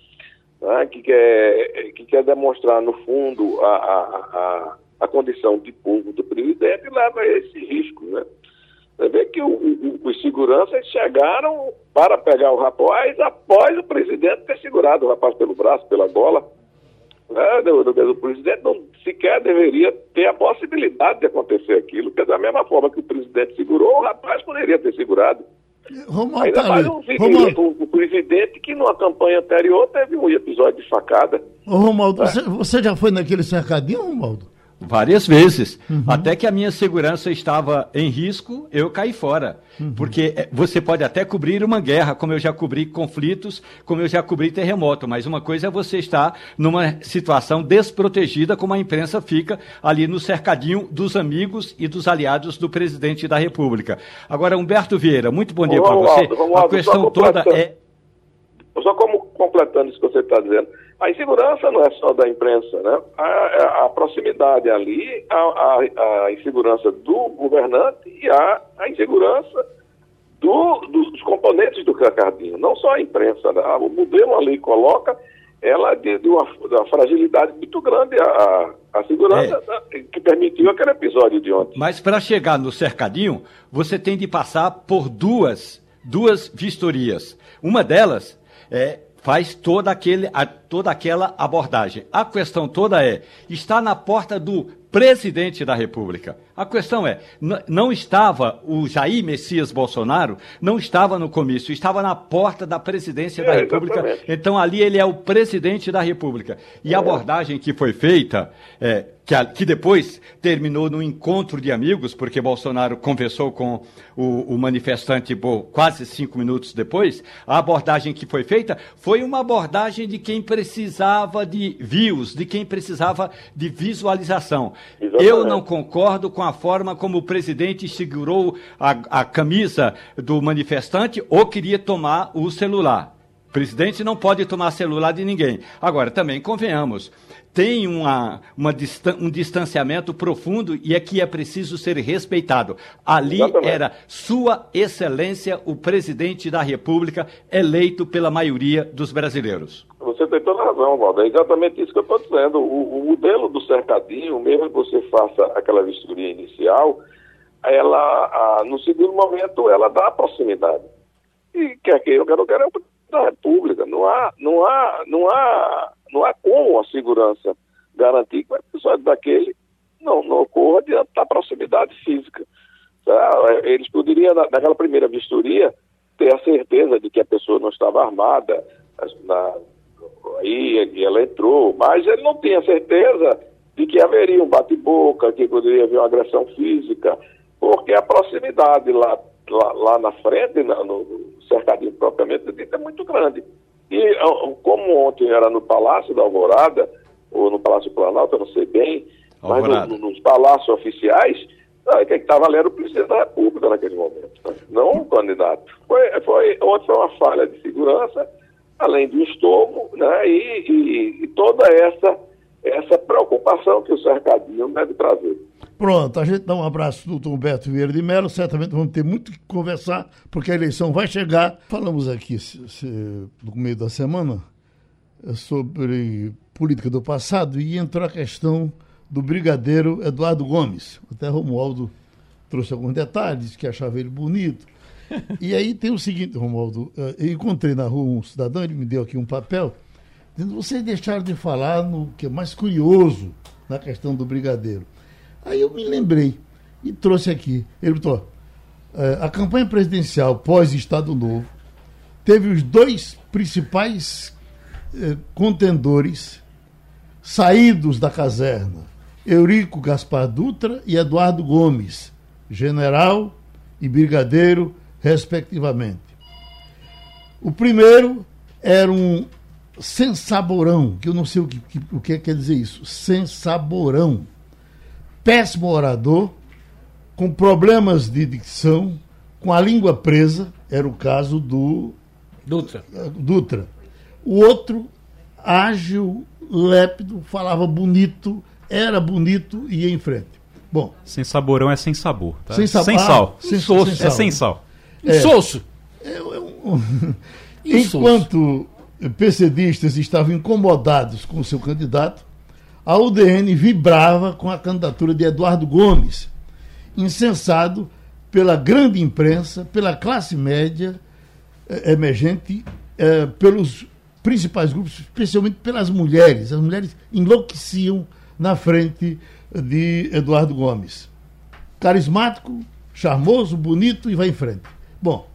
né, que, quer, que quer demonstrar, no fundo, a, a, a, a condição de povo do presidente, leva a esse risco, né? Você vê que o, o, os seguranças chegaram para pegar o rapaz após o presidente ter segurado o rapaz pelo braço, pela gola. Né? O, o presidente não sequer deveria ter a possibilidade de acontecer aquilo, porque da mesma forma que o presidente segurou, o rapaz poderia ter segurado.
Romualdo,
Ainda
tá
mais
ali.
um,
Romualdo.
o, o presidente que numa campanha anterior teve um episódio de facada.
Ô, Romualdo, é. você, você já foi naquele cercadinho, Romualdo?
Várias vezes.
Uhum.
Até que a minha segurança estava em risco, eu caí fora. Uhum. Porque você pode até cobrir uma guerra, como eu já cobri conflitos, como eu já cobri terremoto, mas uma coisa é você estar numa situação desprotegida, como a imprensa fica ali no cercadinho dos amigos e dos aliados do presidente da República. Agora, Humberto Vieira, muito bom dia para você.
Vamos,
a questão toda é...
Só como completando isso que você está dizendo, a insegurança não é só da imprensa, né? A, a, a proximidade ali, a, a, a insegurança do governante e a, a insegurança do, do, dos componentes do cercadinho, não só a imprensa, né? O modelo ali coloca ela de, de, uma, de uma fragilidade muito grande a, a segurança é. que permitiu aquele episódio de ontem.
Mas para chegar no cercadinho, você tem de passar por duas, duas vistorias. Uma delas é, faz toda, aquele, a, toda aquela abordagem. A questão toda é, está na porta do presidente da República. A questão é, não estava o Jair Messias Bolsonaro, não estava no comício, estava na porta da presidência é, da República. Exatamente. Então ali ele é o presidente da República. E é. a abordagem que foi feita, é, que, a, que depois terminou num encontro de amigos, porque Bolsonaro conversou com o, o manifestante por quase cinco minutos depois, a abordagem que foi feita foi uma abordagem de quem precisava de views, de quem precisava de visualização. Exatamente. Eu não concordo com a forma como o presidente segurou a, a camisa do manifestante ou queria tomar o celular. O presidente não pode tomar celular de ninguém. Agora, também convenhamos, tem uma, uma distan- um distanciamento profundo e é que é preciso ser respeitado. Ali Exatamente. Era Sua Excelência, o presidente da República, eleito pela maioria dos brasileiros.
Você tem toda a razão, Valdo. É exatamente isso que eu estou dizendo. O, o modelo do cercadinho, mesmo que você faça aquela vistoria inicial, ela, a, no segundo momento, ela dá proximidade. E quer que eu quero, quero é o presidente da República. Não há, não há, não há, não há como a segurança garantir que o episódio daquele não, não ocorra diante da proximidade física. Eles poderiam, naquela primeira vistoria, ter a certeza de que a pessoa não estava armada, na, aí ela entrou, mas ele não tinha certeza de que haveria um bate-boca, que poderia haver uma agressão física, porque a proximidade lá, lá, lá na frente, no cercadinho propriamente dito, é muito grande. E como ontem era no Palácio da Alvorada, ou no Palácio Planalto, eu não sei bem, Alvorada. Mas no, nos palácios oficiais, quem estava ali era o presidente da República naquele momento, né? Não o candidato. Foi, foi, ontem foi uma falha de segurança, além do estômago, né, e, e, e toda essa, essa preocupação que o cercadinho deve trazer.
Pronto, a gente dá um abraço do doutor Humberto Vieira de Mello, certamente vamos ter muito que conversar, porque a eleição vai chegar. Falamos aqui se, se, no meio da semana sobre política do passado e entrou a questão do brigadeiro Eduardo Gomes. Até Romualdo trouxe alguns detalhes, que achava ele bonito. E aí tem o seguinte, Romualdo, eu encontrei na rua um cidadão, ele me deu aqui um papel, dizendo, vocês deixaram de falar no que é mais curioso na questão do brigadeiro. Aí eu me lembrei e trouxe aqui. Ele botou, a campanha presidencial pós-Estado Novo teve os dois principais eh, contendores saídos da caserna, Eurico Gaspar Dutra e Eduardo Gomes, general e brigadeiro, respectivamente. O primeiro era um sensaborão, que eu não sei o que, o que quer dizer isso, sensaborão, péssimo orador, com problemas de dicção, com a língua presa, era o caso do
Dutra.
Dutra. O outro, ágil, lépido, falava bonito, era bonito e ia em frente. Bom,
sem saborão é sem sabor, tá?
Sem, sab...
sem sal.
Ah, sem,
Soço.
sem sal.
É sem sal.
É,
Soço.
É, é um... Enquanto PCDistas estavam incomodados com o seu candidato, a U D N vibrava com a candidatura de Eduardo Gomes, incensado pela grande imprensa, pela classe média eh, emergente, eh, pelos principais grupos, especialmente pelas mulheres. As mulheres enlouqueciam na frente de Eduardo Gomes. Carismático, charmoso, bonito e vai em frente. Bom,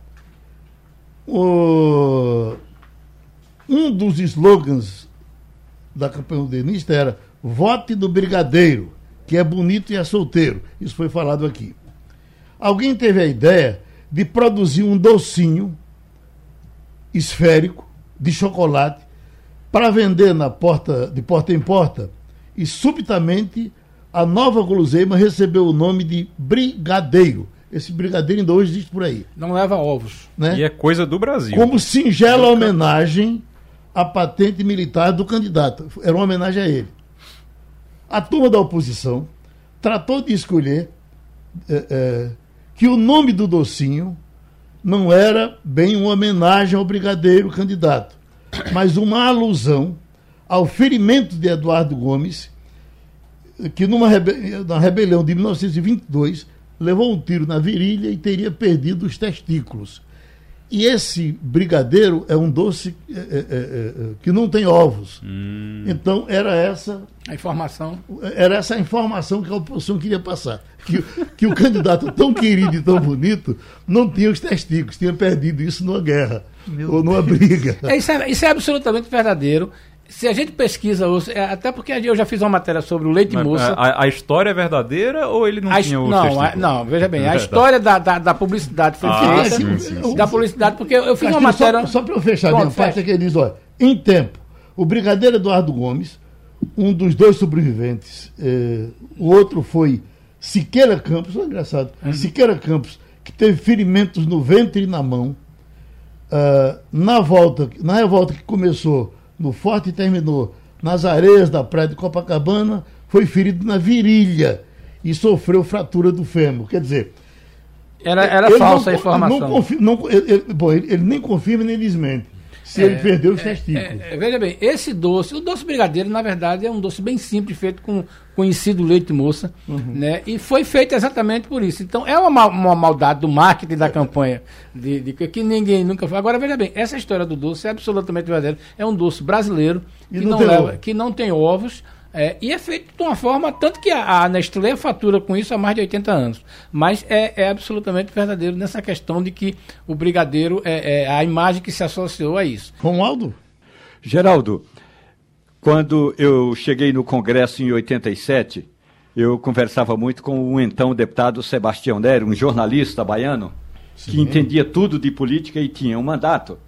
o... um dos slogans da campanha udenista era vote do brigadeiro, que é bonito e é solteiro. Isso foi falado aqui. Alguém teve a ideia de produzir um docinho esférico de chocolate para vender na porta, de porta em porta, e subitamente a nova guloseima recebeu o nome de brigadeiro. Esse brigadeiro ainda hoje existe por aí.
Não leva ovos.
Né?
E é coisa do Brasil.
Como singela homenagem à patente militar do candidato. Era uma homenagem a ele. A turma da oposição tratou de escolher é, é, que o nome do docinho não era bem uma homenagem ao brigadeiro candidato, mas uma alusão ao ferimento de Eduardo Gomes, que numa rebe- na rebelião de mil novecentos e vinte e dois levou um tiro na virilha e teria perdido os testículos. E esse brigadeiro é um doce é, é, é, que não tem ovos. Hum. Então era essa
a informação.
Era essa a informação que a oposição queria passar. Que, que o candidato tão querido e tão bonito não tinha os testículos, tinha perdido isso numa guerra. Meu ou numa briga.
É, isso, é, isso é absolutamente verdadeiro. Se a gente pesquisa, é, até porque eu já fiz uma matéria sobre o leite
Mas,
moça.
A, a história é verdadeira ou ele não
a,
tinha o
não, a, não, veja bem, a história da, da, da publicidade foi
ah,
feita.
Sim, sim, sim.
Da publicidade, porque eu fiz
Castilho,
uma matéria.
Só, só para eu fechar a minha
Pronto,
parte, é que ele diz: olha, em tempo, o brigadeiro Eduardo Gomes, um dos dois sobreviventes, eh, o outro foi Siqueira Campos, é engraçado, uhum. Siqueira Campos, que teve ferimentos no ventre e na mão, uh, na volta, na revolta que começou no Forte e terminou nas areias da praia de Copacabana, foi ferido na virilha e sofreu fratura do fêmur. Quer dizer,
era, era falsa a informação.
Não confirma, não, ele, ele, bom, ele, ele nem confirma nem desmente se é, ele perdeu os é, testículos.
É, é, veja bem, esse doce, o doce brigadeiro, na verdade, é um doce bem simples, feito com conhecido leite moça, uhum. né? E foi feito exatamente por isso. Então, é uma, uma maldade do marketing da campanha, de, de, que ninguém nunca foi. Agora, veja bem, essa história do doce é absolutamente verdadeira. É um doce brasileiro, que não, não, leva, que não tem ovos, é, e é feito de uma forma, tanto que a, a Nestlé fatura com isso há mais de oitenta anos. Mas é, é absolutamente verdadeiro nessa questão de que o brigadeiro é, é a imagem que se associou a isso.
Romualdo?
Geraldo, quando eu cheguei no Congresso em oitenta e sete, eu conversava muito com o então deputado Sebastião Nery, um jornalista baiano, Sim. que entendia tudo de política e tinha um mandato.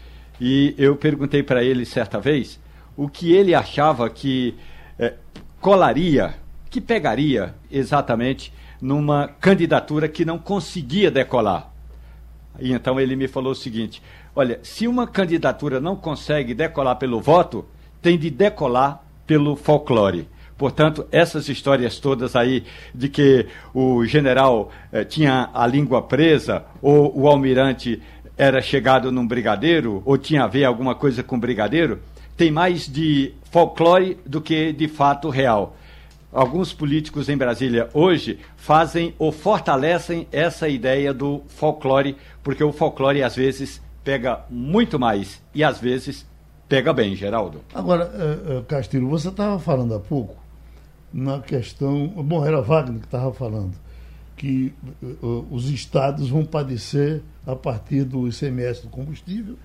E eu perguntei para ele certa vez o que ele achava que é, colaria, que pegaria exatamente numa candidatura que não conseguia decolar. E então ele me falou o seguinte: olha, se uma candidatura não consegue decolar pelo voto, tem de decolar pelo folclore. Portanto, essas histórias todas aí de que o general eh, tinha a língua presa, ou o almirante era chegado num brigadeiro, ou tinha a ver alguma coisa com brigadeiro, tem mais de folclore do que de fato real. Alguns políticos em Brasília hoje fazem ou fortalecem essa ideia do folclore, porque o folclore às vezes pega muito mais e às vezes pega bem, Geraldo.
Agora, uh, uh, Castilho, você estava falando há pouco na questão... Bom, era Wagner que estava falando, que uh, os estados vão padecer a partir do I C M S do combustível,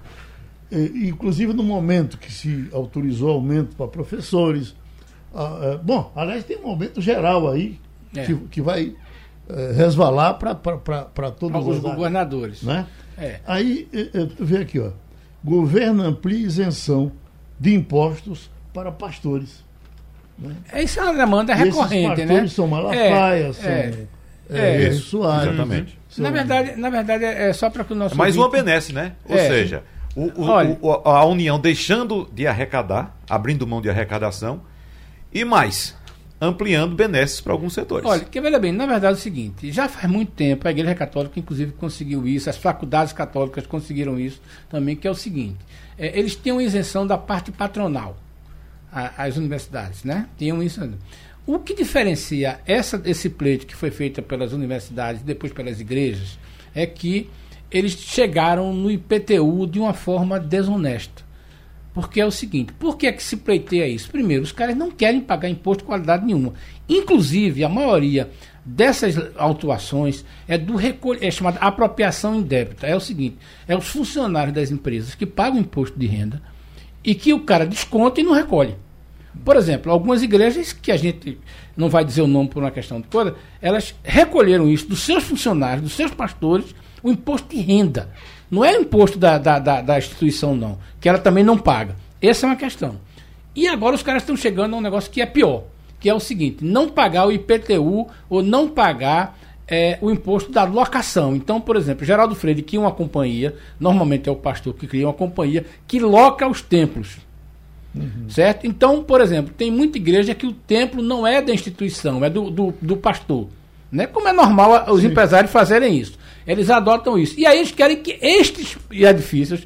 e, inclusive no momento que se autorizou aumento para professores. Uh, uh, bom, aliás, tem um aumento geral aí, é. que, que vai uh, resvalar para todos
os governadores.
Né?
É.
Aí, uh, uh, vê aqui, ó. Governo amplia isenção de impostos para pastores. Né?
Isso é uma demanda recorrente, né?
São Malafaia,
é,
são
é,
é, é, Soares.
Exatamente.
São...
Na verdade, na verdade, é só para que o nosso.
É mais
ouvinte...
uma benesse, né? Ou
é.
seja, o, o,
Olha,
o, a União deixando de arrecadar, abrindo mão de arrecadação, e mais, ampliando benesses para alguns setores.
Olha, que veja bem, na verdade é o seguinte, já faz muito tempo a Igreja Católica, inclusive, conseguiu isso, as faculdades católicas conseguiram isso também, que é o seguinte, é, eles tinham isenção da parte patronal, a, as universidades, né? Tinham isso. O que diferencia essa, esse pleito que foi feito pelas universidades e depois pelas igrejas, é que eles chegaram no I P T U de uma forma desonesta. Porque é o seguinte, por que é que se pleiteia isso? Primeiro, os caras não querem pagar imposto de qualidade nenhuma. Inclusive, a maioria dessas autuações é do recol... é chamada apropriação indébita. É o seguinte, é os funcionários das empresas que pagam imposto de renda e que o cara desconta e não recolhe. Por exemplo, algumas igrejas, que a gente não vai dizer o nome por uma questão de coisa, elas recolheram isso dos seus funcionários, dos seus pastores, o imposto de renda. Não é imposto da, da, da, da instituição, não, que ela também não paga. Essa é uma questão. E agora os caras estão chegando a um negócio que é pior, que é o seguinte, não pagar o I P T U ou não pagar é, o imposto da locação. Então, por exemplo, Geraldo Freire cria uma companhia, normalmente é o pastor que cria uma companhia, que loca os templos. Uhum. Certo? Então, por exemplo, tem muita igreja que o templo não é da instituição, é do, do, do pastor. Né? Como é normal os Sim. empresários fazerem isso. Eles adotam isso. E aí eles querem que estes edifícios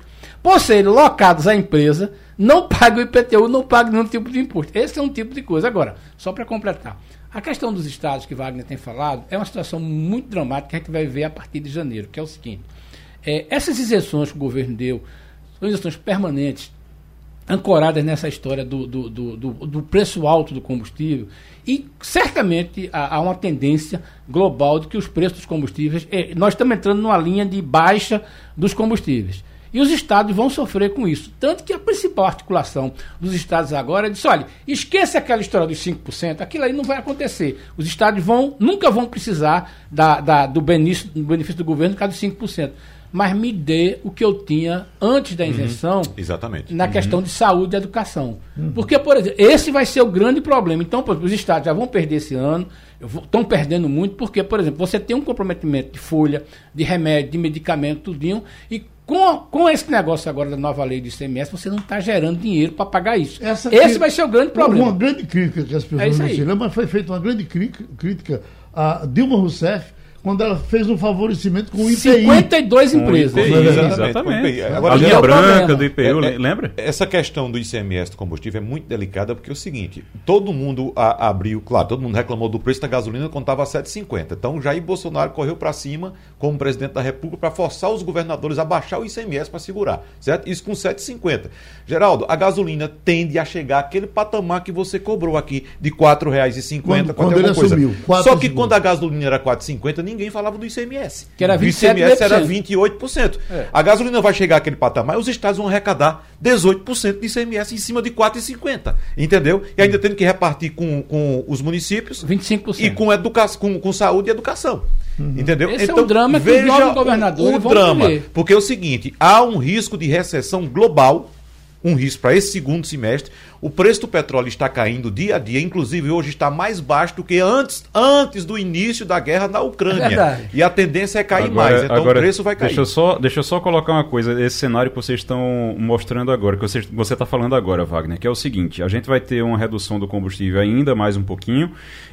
por serem locados à empresa, não pagam o I P T U, não pagam nenhum tipo de imposto. Esse é um tipo de coisa. Agora, só para completar, a questão dos estados que Wagner tem falado é uma situação muito dramática que a gente vai ver a partir de janeiro, que é o seguinte, é, essas isenções que o governo deu são isenções permanentes, ancoradas nessa história do, do, do, do, do preço alto do combustível, e certamente há, há uma tendência global de que os preços dos combustíveis, eh, nós estamos entrando numa linha de baixa dos combustíveis. E os estados vão sofrer com isso. Tanto que a principal articulação dos estados agora é dizer, olha, esqueça aquela história dos cinco por cento, aquilo aí não vai acontecer. Os estados vão, nunca vão precisar da, da, do, benefício, do benefício do governo por causa dos cinco por cento. Mas me dê o que eu tinha antes da isenção,
uhum, exatamente,
na
uhum.
questão de saúde e educação. Uhum. Porque, por exemplo, esse vai ser o grande problema. Então, por exemplo, os estados já vão perder esse ano, estão perdendo muito, porque, por exemplo, você tem um comprometimento de folha, de remédio, de medicamento, tudinho, e com, com esse negócio agora da nova lei do I C M S, você não está gerando dinheiro para pagar isso. Essa esse que, vai ser o grande problema.
Uma grande crítica que as pessoas não se lembram, mas foi feita uma grande crítica a Dilma Rousseff, quando ela fez um favorecimento com o I P I.
cinquenta e duas empresas.
I P I, exatamente. Agora, a linha branca do I P I, é, é, lembra?
Essa questão do I C M S do combustível é muito delicada, porque é o seguinte, todo mundo a, abriu, claro, todo mundo reclamou do preço da gasolina quando estava a sete reais e cinquenta centavos. Então, Jair Bolsonaro correu para cima, como presidente da República, para forçar os governadores a baixar o I C M S para segurar, certo? Isso com sete reais e cinquenta centavos. Geraldo, a gasolina tende a chegar àquele patamar que você cobrou aqui, de quatro reais e cinquenta centavos.
Quando, quando ele assumiu.
Só que quando a gasolina era quatro reais e cinquenta centavos, ninguém falava do I C M S.
Que era
vinte e sete por cento. O I C M S era vinte e oito por cento. É. A gasolina vai chegar àquele patamar e os estados vão arrecadar dezoito por cento de I C M S em cima de quatro reais e cinquenta centavos. Entendeu? E ainda tendo que repartir com, com os municípios.
vinte e cinco por cento.
E com, educa com, com saúde e educação. Uhum. Entendeu?
Esse
então,
é um drama que os novos governadores
o, o
vão
drama,
viver.
porque é o seguinte, há um risco de recessão global, um risco para esse segundo semestre. O preço do petróleo está caindo dia a dia, inclusive hoje está mais baixo do que antes, antes do início da guerra na Ucrânia. É e a tendência é cair
agora,
mais, então
agora,
o preço vai cair.
Deixa eu, só, deixa eu só colocar uma coisa, esse cenário que vocês estão mostrando agora, que você está falando agora, Wagner, que é o seguinte, a gente vai ter uma redução do combustível ainda mais um pouquinho,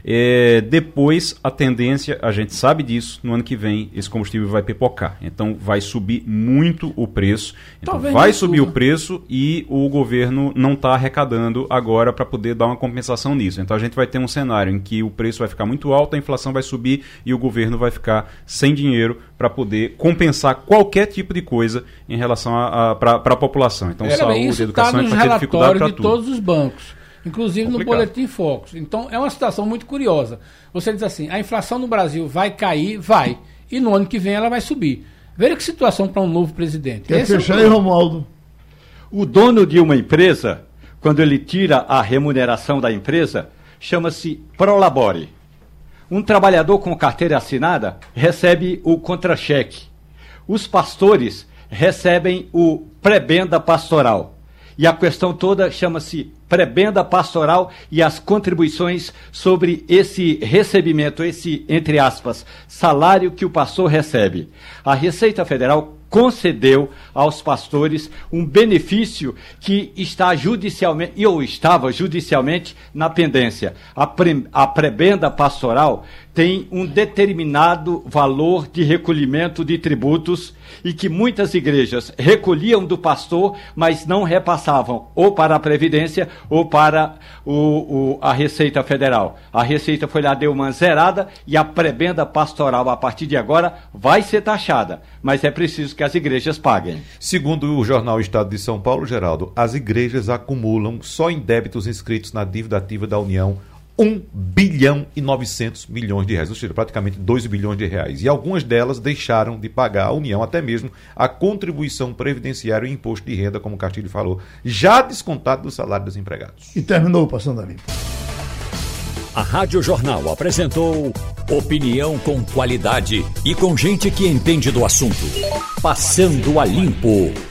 é, depois a tendência, a gente sabe disso, no ano que vem esse combustível vai pipocar, então vai subir muito o preço, então Talvez vai subir tudo. o preço e o governo não está arrecadando agora para poder dar uma compensação nisso. Então a gente vai ter um cenário em que o preço vai ficar muito alto, a inflação vai subir e o governo vai ficar sem dinheiro para poder compensar qualquer tipo de coisa em relação para a população. Então
é,
saúde,
isso
educação,
tá nos
a gente vai ter dificuldade para
de
tudo.
Todos os bancos, inclusive Complicado. no Boletim Focus. Então é uma situação muito curiosa. Você diz assim, a inflação no Brasil vai cair? Vai. E no ano que vem ela vai subir. Veja que situação para um novo presidente.
Quer Esse fechar é aí, Romualdo?
O dono de uma empresa, quando ele tira a remuneração da empresa, chama-se prolabore. Um trabalhador com carteira assinada recebe o contra-cheque. Os pastores recebem o prebenda pastoral. E a questão toda chama-se prebenda pastoral e as contribuições sobre esse recebimento, esse, entre aspas, salário que o pastor recebe. A Receita Federal concedeu aos pastores um benefício que está judicialmente, ou estava judicialmente, na pendência. A, pre, a prebenda pastoral tem um determinado valor de recolhimento de tributos e que muitas igrejas recolhiam do pastor, mas não repassavam ou para a Previdência ou para o, o, a Receita Federal. A Receita foi lá, deu uma zerada e a prebenda pastoral, a partir de agora, vai ser taxada, mas é preciso que as igrejas paguem.
Segundo o jornal Estado de São Paulo, Geraldo, as igrejas acumulam só em débitos inscritos na dívida ativa da União um bilhão e novecentos milhões de reais, ou seja, praticamente dois bilhões de reais. E algumas delas deixaram de pagar à União até mesmo a contribuição previdenciária e imposto de renda, como o Castilho falou, já descontado do salário dos empregados.
E terminou Passando a Limpo.
A Rádio Jornal apresentou opinião com qualidade e com gente que entende do assunto. Passando a Limpo.